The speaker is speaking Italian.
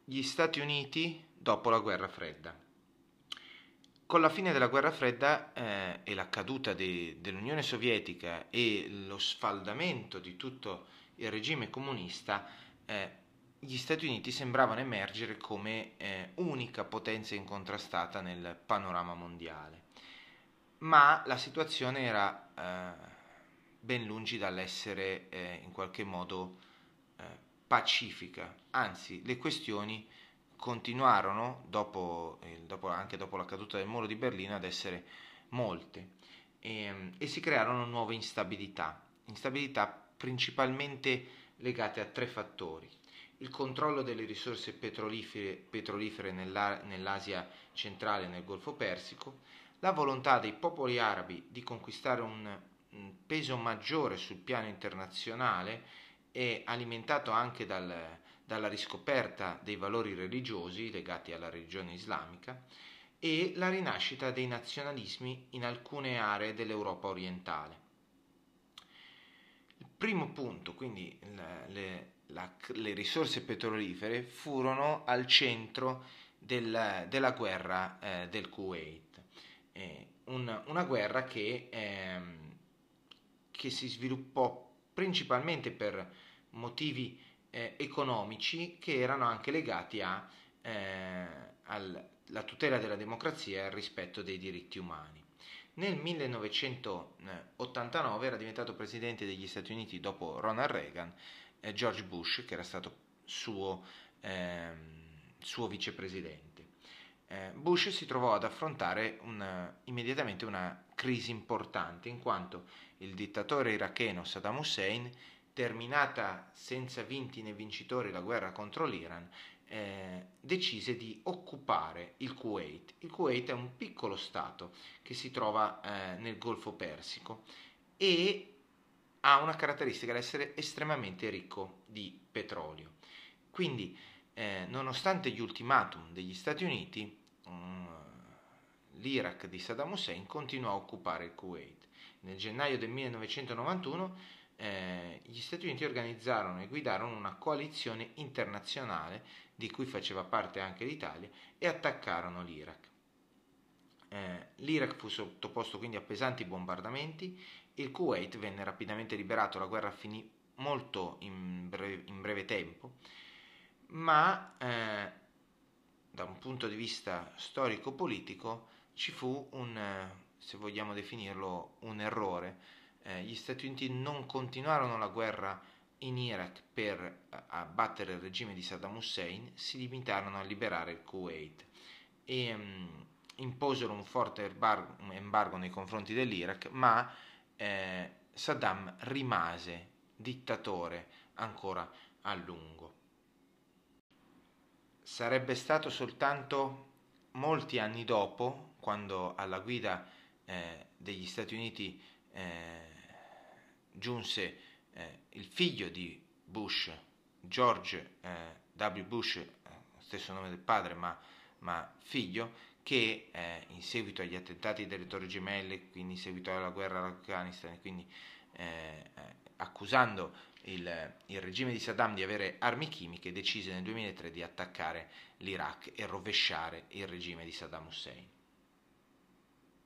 Gli Stati Uniti dopo la guerra fredda. Con la fine della guerra fredda e la caduta dell'Unione Sovietica e lo sfaldamento di tutto il regime comunista, gli Stati Uniti sembravano emergere come unica potenza incontrastata nel panorama mondiale. Ma la situazione era ben lungi dall'essere in qualche modo pacifica, anzi le questioni continuarono anche dopo la caduta del muro di Berlino ad essere molte e si crearono nuove instabilità principalmente legate a tre fattori: il controllo delle risorse petrolifere nell'Asia centrale e nel Golfo Persico, la volontà dei popoli arabi di conquistare un peso maggiore sul piano internazionale e alimentato anche dalla riscoperta dei valori religiosi legati alla religione islamica, e la rinascita dei nazionalismi in alcune aree dell'Europa orientale. Il primo punto, quindi le risorse petrolifere, furono al centro della guerra del Kuwait, una guerra che si sviluppò principalmente per motivi economici che erano anche legati alla tutela della democrazia e al rispetto dei diritti umani. Nel 1989 era diventato presidente degli Stati Uniti dopo Ronald Reagan, George Bush, che era stato suo vicepresidente. Bush si trovò ad affrontare immediatamente una crisi importante, in quanto il dittatore iracheno Saddam Hussein, terminata senza vinti né vincitori la guerra contro l'Iran, decise di occupare il Kuwait. Il Kuwait è un piccolo stato che si trova nel Golfo Persico e ha una caratteristica l'essere estremamente ricco di petrolio. Quindi, nonostante gli ultimatum degli Stati Uniti, l'Iraq di Saddam Hussein continuò a occupare il Kuwait. Nel gennaio del 1991 gli Stati Uniti organizzarono e guidarono una coalizione internazionale di cui faceva parte anche l'Italia e attaccarono l'Iraq. L'Iraq fu sottoposto quindi a pesanti bombardamenti, il Kuwait venne rapidamente liberato, la guerra finì molto in breve tempo, ma da un punto di vista storico-politico ci fu se vogliamo definirlo, un errore. Gli Stati Uniti non continuarono la guerra in Iraq per abbattere il regime di Saddam Hussein, si limitarono a liberare il Kuwait e imposero un forte embargo nei confronti dell'Iraq, ma Saddam rimase dittatore ancora a lungo. Sarebbe stato soltanto molti anni dopo, quando alla guida degli Stati Uniti giunse il figlio di Bush, George W. Bush, stesso nome del padre ma figlio, che in seguito agli attentati delle Torri Gemelle, quindi in seguito alla guerra all'Afghanistan, e quindi accusando il regime di Saddam di avere armi chimiche, decise nel 2003 di attaccare l'Iraq e rovesciare il regime di Saddam Hussein.